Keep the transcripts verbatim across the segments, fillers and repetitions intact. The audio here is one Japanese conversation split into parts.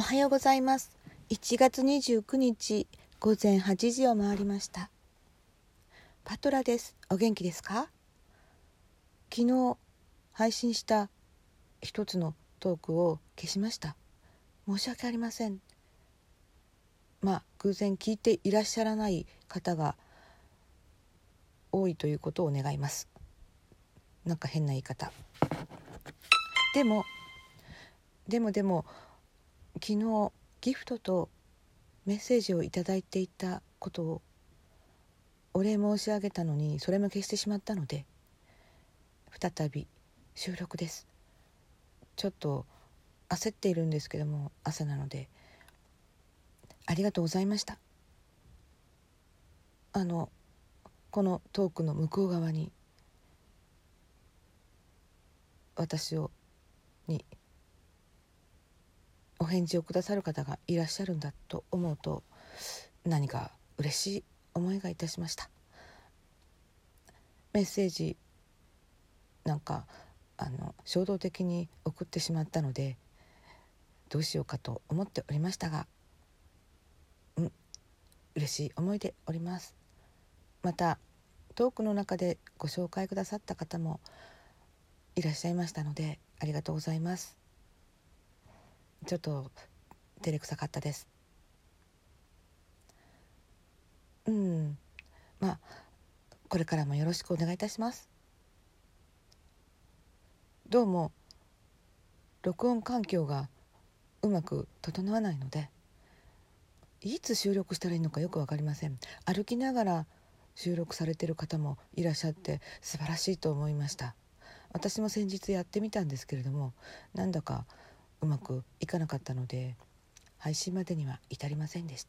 はようございます。いちがつにじゅうくにちごぜんはちじを回りました。パトラです。お元気ですか？昨日配信した一つのトークを消しました。申し訳ありません。まあ偶然聞いていらっしゃらない方が多いということを願います。なんか変な言い方。でもでもでも昨日ギフトとメッセージをいただいていたことをお礼申し上げたのに、それも消してしまったので再び収録です。ちょっと焦っているんですけども、朝なのでありがとうございました。あのこのトークの向こう側に私をにお返事をくださる方がいらっしゃるんだと思うと、何か嬉しい思いがいたしました。メッセージなんかあの衝動的に送ってしまったのでどうしようかと思っておりましたが、うん嬉しい思いでおります。またトークの中でご紹介くださった方もいらっしゃいましたのでありがとうございます。ちょっと照れくさかったです。うんまあこれからもよろしくお願いいたします。どうも録音環境がうまく整わないので、いつ収録したらいいのかよく分かりません。歩きながら収録されている方もいらっしゃって素晴らしいと思いました。私も先日やってみたんですけれども、なんだかうまくいかなかったので配信までには至りませんでした。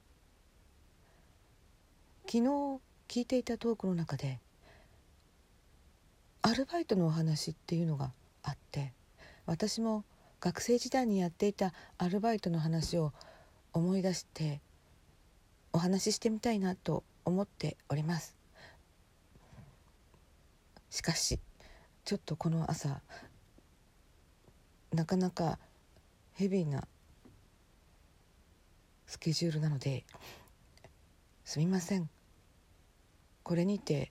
昨日聞いていたトークの中でアルバイトのお話っていうのがあって、私も学生時代にやっていたアルバイトの話を思い出してお話ししてみたいなと思っております。しかしちょっとこの朝なかなかヘビーなスケジュールなのですみません。これにて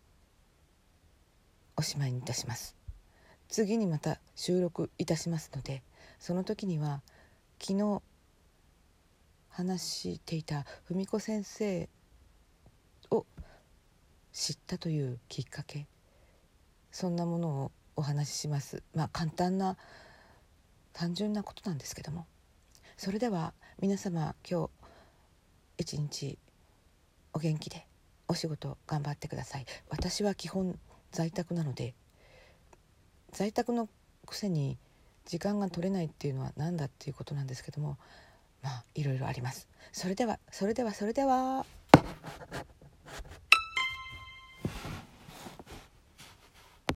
おしまいにいたします。次にまた収録いたしますので、その時には昨日話していた文子先生を知ったというきっかけ、そんなものをお話しします。まあ簡単な単純なことなんですけども、それでは皆様今日一日お元気でお仕事頑張ってください。私は基本在宅なので、在宅のくせに時間が取れないっていうのは何だっていうことなんですけども、まあいろいろあります。それではそれではそれでは